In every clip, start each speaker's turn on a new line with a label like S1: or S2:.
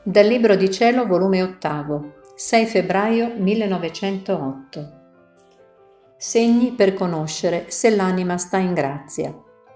S1: Dal Libro di Cielo, volume 8, 6 febbraio 1908. Segni per conoscere se l'anima sta in grazia.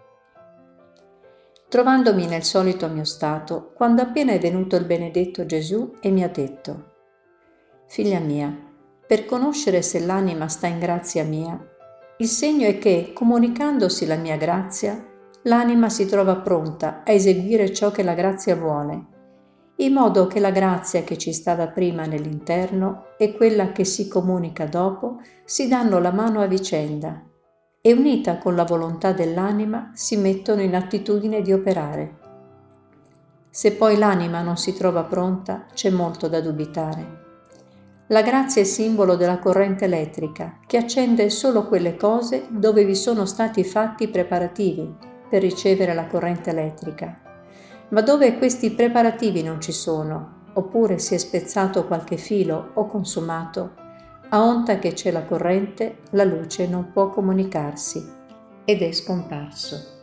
S1: Trovandomi nel solito mio stato, quando appena è venuto il benedetto Gesù e mi ha detto: «Figlia mia, per conoscere se l'anima sta in grazia mia, il segno è che, comunicandosi la mia grazia, l'anima si trova pronta a eseguire ciò che la grazia vuole, in modo che la grazia che ci stava prima nell'interno e quella che si comunica dopo si danno la mano a vicenda e, unita con la volontà dell'anima, si mettono in attitudine di operare. Se poi l'anima non si trova pronta, c'è molto da dubitare. La grazia è simbolo della corrente elettrica che accende solo quelle cose dove vi sono stati fatti preparativi per ricevere la corrente elettrica. Ma dove questi preparativi non ci sono, oppure si è spezzato qualche filo o consumato, a onta che c'è la corrente, la luce non può comunicarsi ed è scomparso.